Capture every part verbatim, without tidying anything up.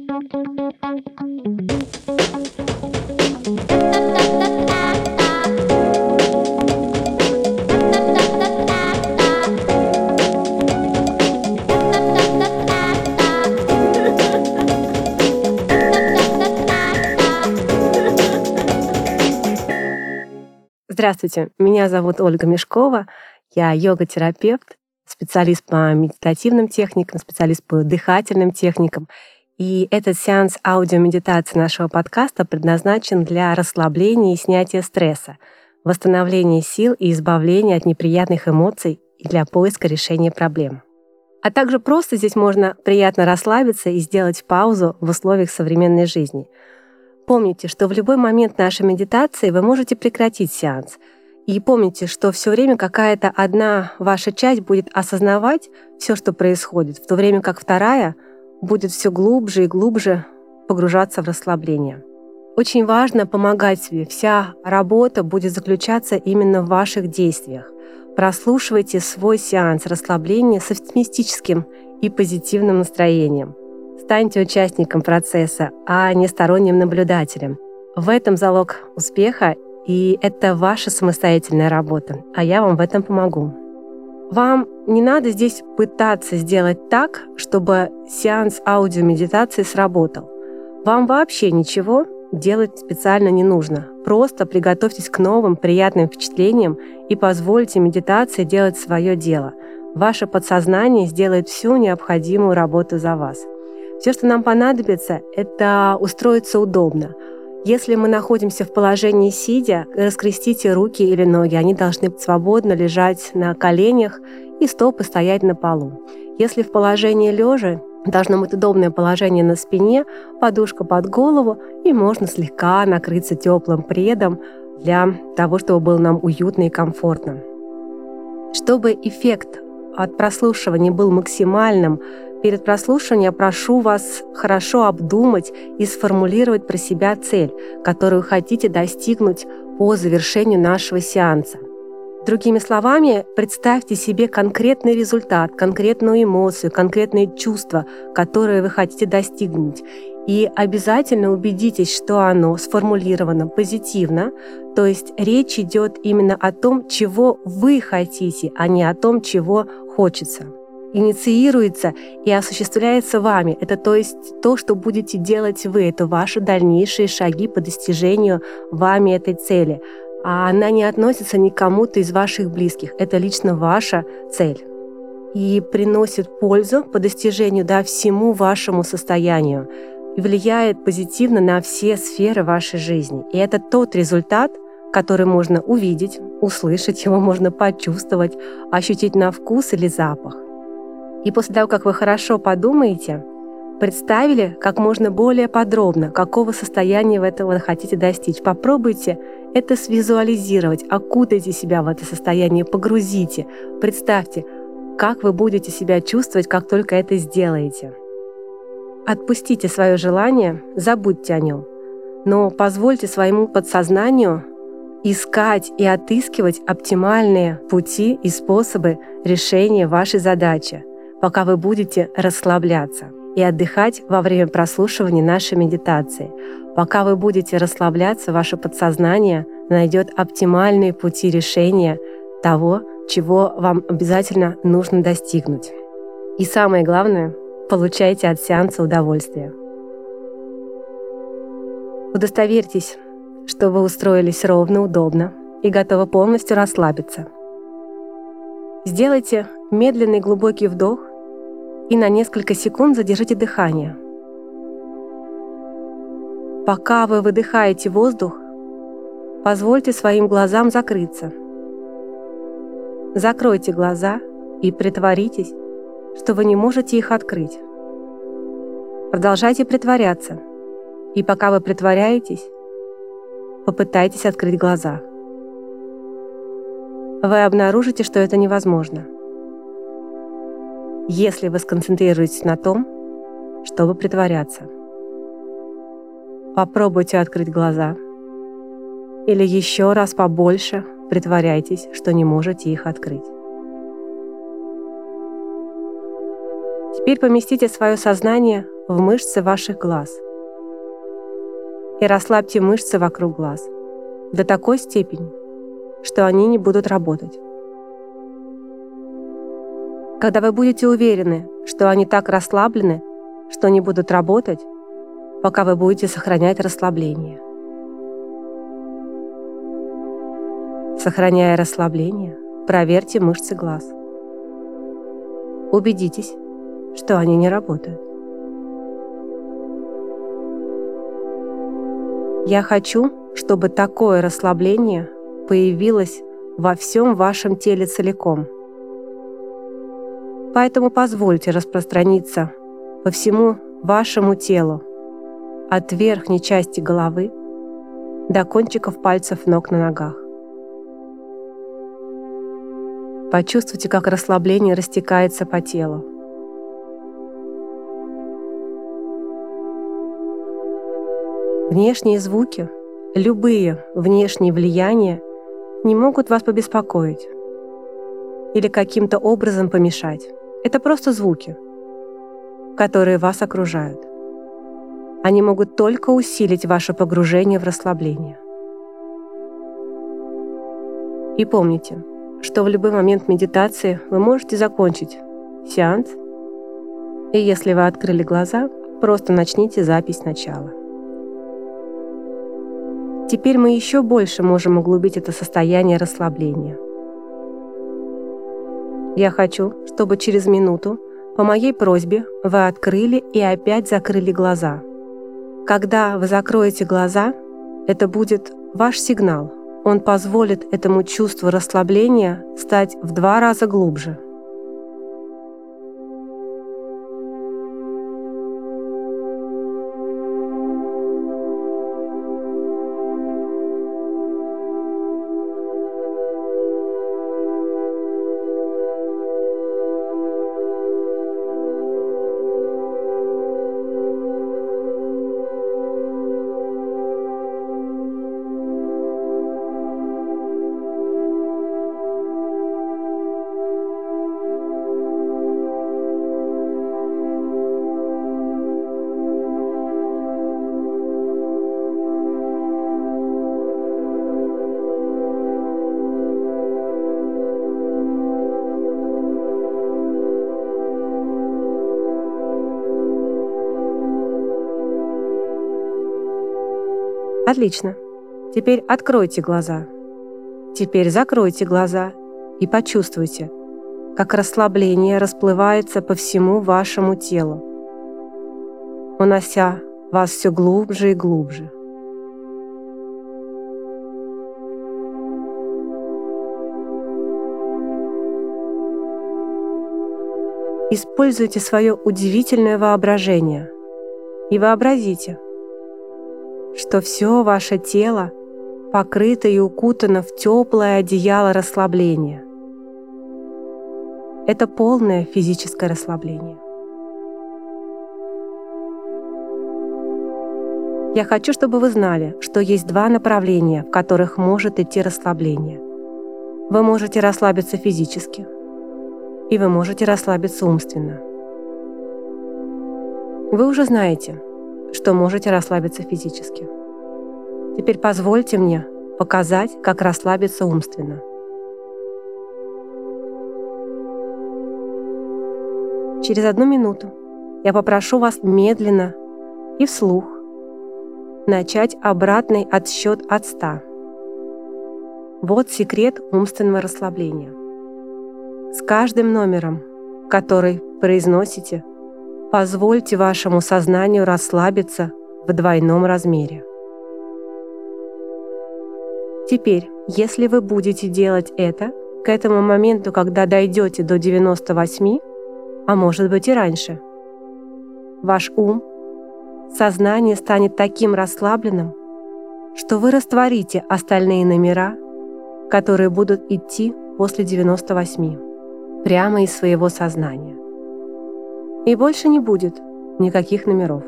Здравствуйте, меня зовут Ольга Мешкова, я йога-терапевт, специалист по медитативным техникам, специалист по дыхательным техникам. И этот сеанс аудиомедитации нашего подкаста предназначен для расслабления и снятия стресса, восстановления сил и избавления от неприятных эмоций и для поиска решения проблем. А также просто здесь можно приятно расслабиться и сделать паузу в условиях современной жизни. Помните, что в любой момент нашей медитации вы можете прекратить сеанс. И помните, что все время какая-то одна ваша часть будет осознавать все, что происходит, в то время как вторая будет все глубже и глубже погружаться в расслабление. Очень важно помогать себе. Вся работа будет заключаться именно в ваших действиях. Прослушивайте свой сеанс расслабления с оптимистическим и позитивным настроением. Станьте участником процесса, а не сторонним наблюдателем. В этом залог успеха, и это ваша самостоятельная работа, а я вам в этом помогу. Вам не надо здесь пытаться сделать так, чтобы сеанс аудиомедитации сработал. Вам вообще ничего делать специально не нужно. Просто приготовьтесь к новым приятным впечатлениям и позвольте медитации делать свое дело. Ваше подсознание сделает всю необходимую работу за вас. Все, что нам понадобится, это устроиться удобно. Если мы находимся в положении сидя, раскрестите руки или ноги. Они должны свободно лежать на коленях и стопы стоять на полу. Если в положении лежа, должно быть удобное положение на спине, подушка под голову, и можно слегка накрыться теплым пледом для того, чтобы было нам уютно и комфортно. Чтобы эффект от прослушивания был максимальным, перед прослушиванием я прошу вас хорошо обдумать и сформулировать про себя цель, которую хотите достигнуть по завершению нашего сеанса. Другими словами, представьте себе конкретный результат, конкретную эмоцию, конкретные чувства, которые вы хотите достигнуть. И обязательно убедитесь, что оно сформулировано позитивно, то есть речь идет именно о том, чего вы хотите, а не о том, чего хочется. Инициируется и осуществляется вами. Это то есть то, что будете делать вы. Это ваши дальнейшие шаги по достижению вами этой цели. А она не относится ни к кому-то из ваших близких. Это лично ваша цель. И приносит пользу по достижению да, всему вашему состоянию. И влияет позитивно на все сферы вашей жизни. И это тот результат, который можно увидеть, услышать, его можно почувствовать, ощутить на вкус или запах. И после того, как вы хорошо подумаете, представили как можно более подробно, какого состояния вы этого хотите достичь. Попробуйте это свизуализировать, окутайте себя в это состояние, погрузите, представьте, как вы будете себя чувствовать, как только это сделаете. Отпустите свое желание, забудьте о нем, но позвольте своему подсознанию искать и отыскивать оптимальные пути и способы решения вашей задачи, пока вы будете расслабляться и отдыхать во время прослушивания нашей медитации. Пока вы будете расслабляться, ваше подсознание найдет оптимальные пути решения того, чего вам обязательно нужно достигнуть. И самое главное, получайте от сеанса удовольствие. Удостоверьтесь, что вы устроились ровно, удобно и готовы полностью расслабиться. Сделайте медленный глубокий вдох и на несколько секунд задержите дыхание. Пока вы выдыхаете воздух, позвольте своим глазам закрыться. Закройте глаза и притворитесь, что вы не можете их открыть. Продолжайте притворяться, и пока вы притворяетесь, попытайтесь открыть глаза. Вы обнаружите, что это невозможно, если вы сконцентрируетесь на том, чтобы притворяться. Попробуйте открыть глаза или еще раз побольше притворяйтесь, что не можете их открыть. Теперь поместите свое сознание в мышцы ваших глаз и расслабьте мышцы вокруг глаз до такой степени, что они не будут работать. Когда вы будете уверены, что они так расслаблены, что не будут работать, пока вы будете сохранять расслабление. Сохраняя расслабление, проверьте мышцы глаз. Убедитесь, что они не работают. Я хочу, чтобы такое расслабление появилось во всем вашем теле целиком. Поэтому позвольте распространиться по всему вашему телу, от верхней части головы до кончиков пальцев ног на ногах. Почувствуйте, как расслабление растекается по телу. Внешние звуки, любые внешние влияния не могут вас побеспокоить или каким-то образом помешать. Это просто звуки, которые вас окружают. Они могут только усилить ваше погружение в расслабление. И помните, что в любой момент медитации вы можете закончить сеанс, и если вы открыли глаза, просто начните запись сначала. Теперь мы еще больше можем углубить это состояние расслабления. Я хочу, чтобы через минуту, по моей просьбе, вы открыли и опять закрыли глаза. Когда вы закроете глаза, это будет ваш сигнал. Он позволит этому чувству расслабления стать в два раза глубже. Отлично. Теперь откройте глаза. Теперь закройте глаза и почувствуйте, как расслабление расплывается по всему вашему телу, унося вас все глубже и глубже. Используйте свое удивительное воображение и вообразите, что все ваше тело покрыто и укутано в теплое одеяло расслабления. Это полное физическое расслабление. Я хочу, чтобы вы знали, что есть два направления, в которых может идти расслабление. Вы можете расслабиться физически, и вы можете расслабиться умственно. Вы уже знаете, что можете расслабиться физически. Теперь позвольте мне показать, как расслабиться умственно. Через одну минуту я попрошу вас медленно и вслух начать обратный отсчет от ста. Вот секрет умственного расслабления. С каждым номером, который произносите, позвольте вашему сознанию расслабиться в двойном размере. Теперь, если вы будете делать это к этому моменту, когда дойдете до девяноста восьми, а может быть и раньше, ваш ум, сознание станет таким расслабленным, что вы растворите остальные номера, которые будут идти после девяноста восьми, прямо из своего сознания. И больше не будет никаких номеров.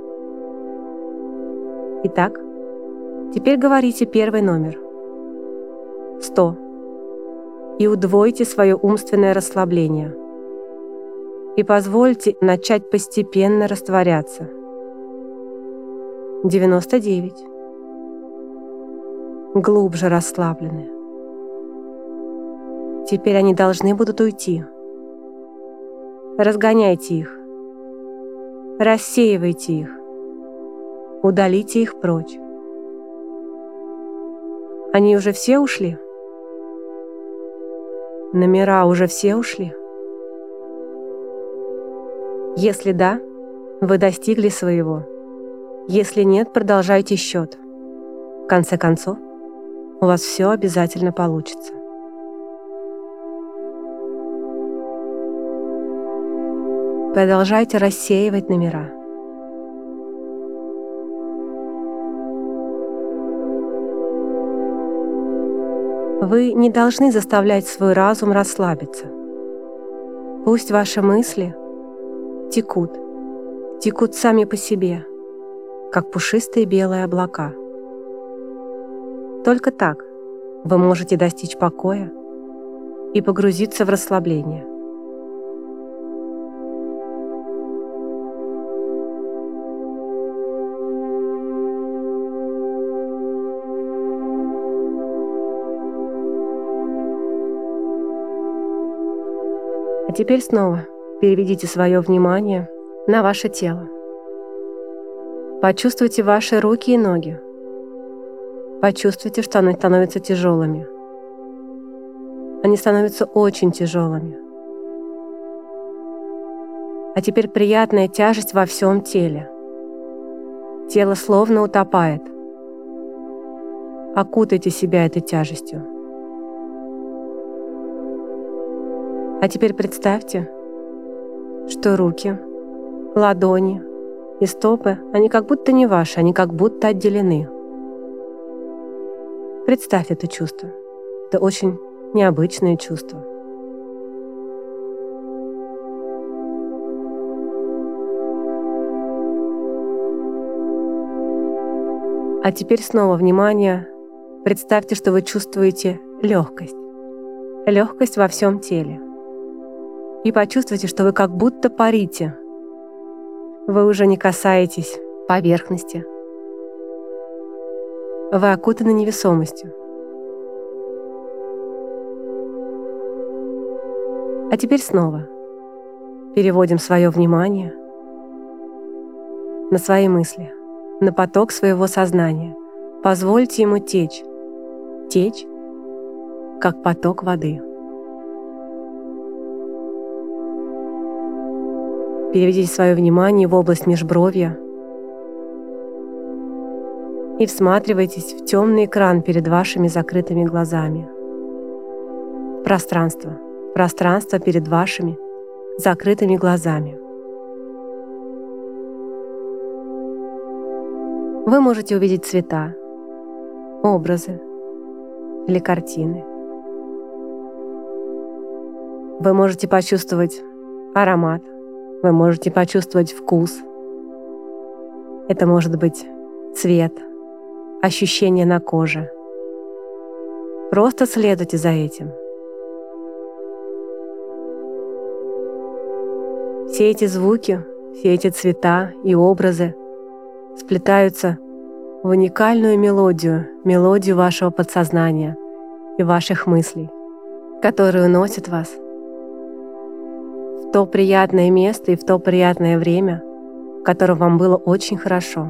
Итак, теперь говорите первый номер. сто. И удвойте свое умственное расслабление. и позвольте начать постепенно растворяться. девяносто девять. Глубже расслаблены. Теперь они должны будут уйти. Разгоняйте их. Рассеивайте их. Удалите их прочь. Они уже все ушли? Номера уже все ушли? Если да, вы достигли своего. Если нет, продолжайте счет. В конце концов, у вас все обязательно получится. Продолжайте рассеивать номера. Вы не должны заставлять свой разум расслабиться. Пусть ваши мысли текут, текут сами по себе, как пушистые белые облака. Только так вы можете достичь покоя и погрузиться в расслабление. А теперь снова переведите свое внимание на ваше тело. Почувствуйте ваши руки и ноги. Почувствуйте, что они становятся тяжелыми. Они становятся очень тяжелыми. А теперь приятная тяжесть во всем теле. Тело словно утопает. Окутайте себя этой тяжестью. А теперь представьте, что руки, ладони и стопы, они как будто не ваши, они как будто отделены. Представь это чувство. Это очень необычное чувство. А теперь снова внимание. Представьте, что вы чувствуете легкость. Легкость во всем теле. И почувствуйте, что вы как будто парите. Вы уже не касаетесь поверхности. Вы окутаны невесомостью. А теперь снова переводим свое внимание на свои мысли, на поток своего сознания. Позвольте ему течь, течь, как поток воды. Переведите свое внимание в область межбровья и всматривайтесь в темный экран перед вашими закрытыми глазами. Пространство, пространство перед вашими закрытыми глазами. Вы можете увидеть цвета, образы или картины. Вы можете почувствовать аромат. Вы можете почувствовать вкус. Это может быть цвет, ощущение на коже. Просто следуйте за этим. Все эти звуки, все эти цвета и образы сплетаются в уникальную мелодию, мелодию вашего подсознания и ваших мыслей, которые уносят вас в то приятное место и в то приятное время, в котором вам было очень хорошо.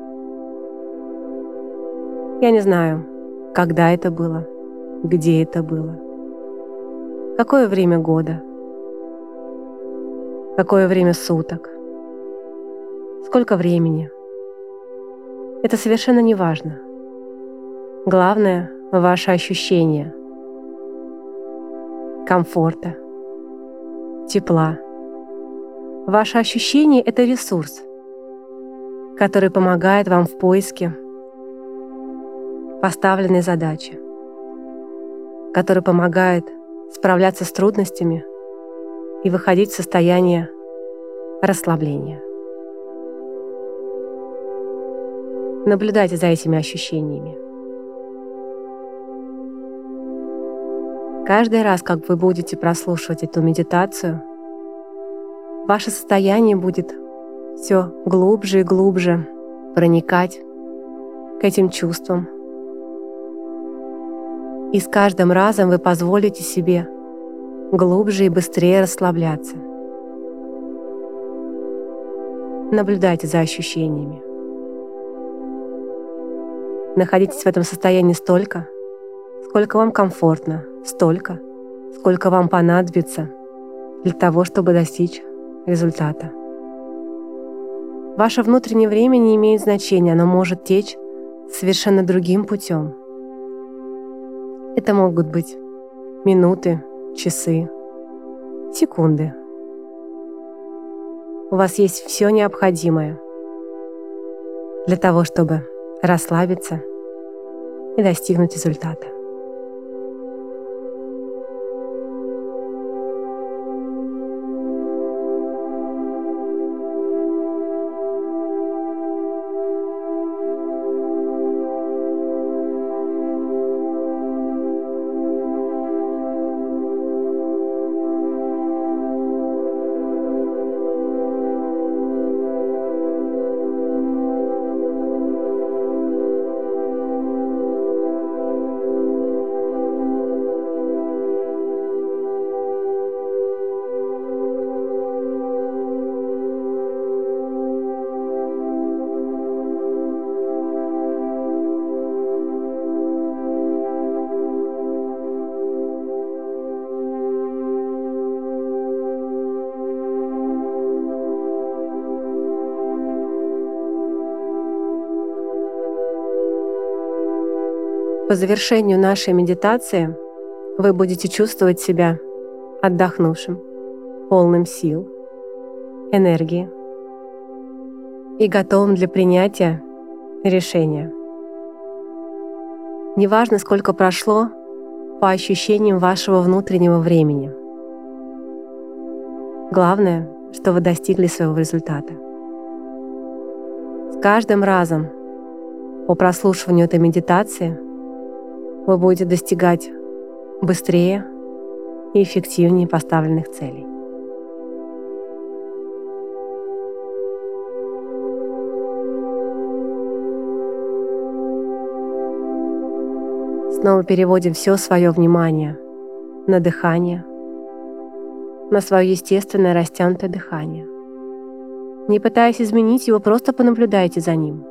Я не знаю, когда это было, где это было, какое время года, какое время суток, сколько времени. Это совершенно не важно. Главное — ваше ощущение комфорта, тепла. Ваше ощущение — это ресурс, который помогает вам в поиске поставленной задачи, который помогает справляться с трудностями и выходить в состояние расслабления. Наблюдайте за этими ощущениями. Каждый раз, как вы будете прослушивать эту медитацию, ваше состояние будет все глубже и глубже проникать к этим чувствам. И с каждым разом вы позволите себе глубже и быстрее расслабляться. Наблюдайте за ощущениями. Находитесь в этом состоянии столько, сколько вам комфортно, столько, сколько вам понадобится для того, чтобы достичь результата. Ваше внутреннее время не имеет значения, оно может течь совершенно другим путем. Это могут быть минуты, часы, секунды. У вас есть все необходимое для того, чтобы расслабиться и достигнуть результата. По завершению нашей медитации вы будете чувствовать себя отдохнувшим, полным сил, энергии и готовым для принятия решения. Неважно, сколько прошло по ощущениям вашего внутреннего времени. Главное, что вы достигли своего результата. С каждым разом по прослушиванию этой медитации вы будете достигать быстрее и эффективнее поставленных целей. Снова переводим все свое внимание на дыхание, на свое естественное растянутое дыхание. Не пытаясь изменить его, просто понаблюдайте за ним.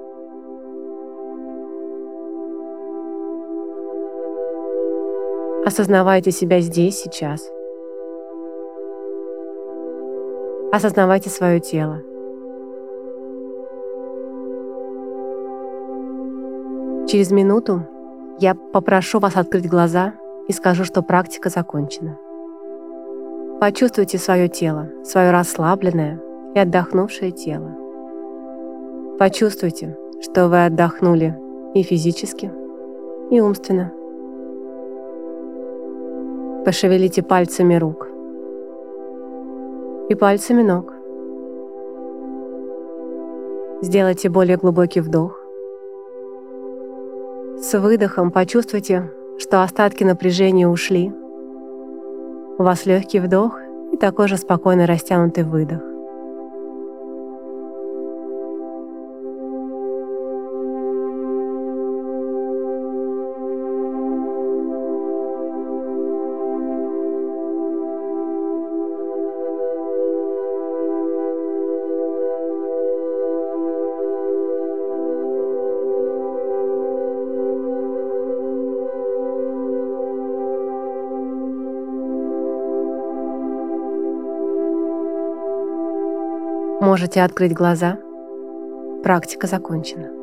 Осознавайте себя здесь, сейчас. Осознавайте свое тело. Через минуту я попрошу вас открыть глаза и скажу, что практика закончена. Почувствуйте свое тело, свое расслабленное и отдохнувшее тело. Почувствуйте, что вы отдохнули и физически, и умственно. Пошевелите пальцами рук и пальцами ног. Сделайте более глубокий вдох. С выдохом почувствуйте, что остатки напряжения ушли. У вас легкий вдох и такой же спокойно растянутый выдох. Можете открыть глаза. Практика закончена.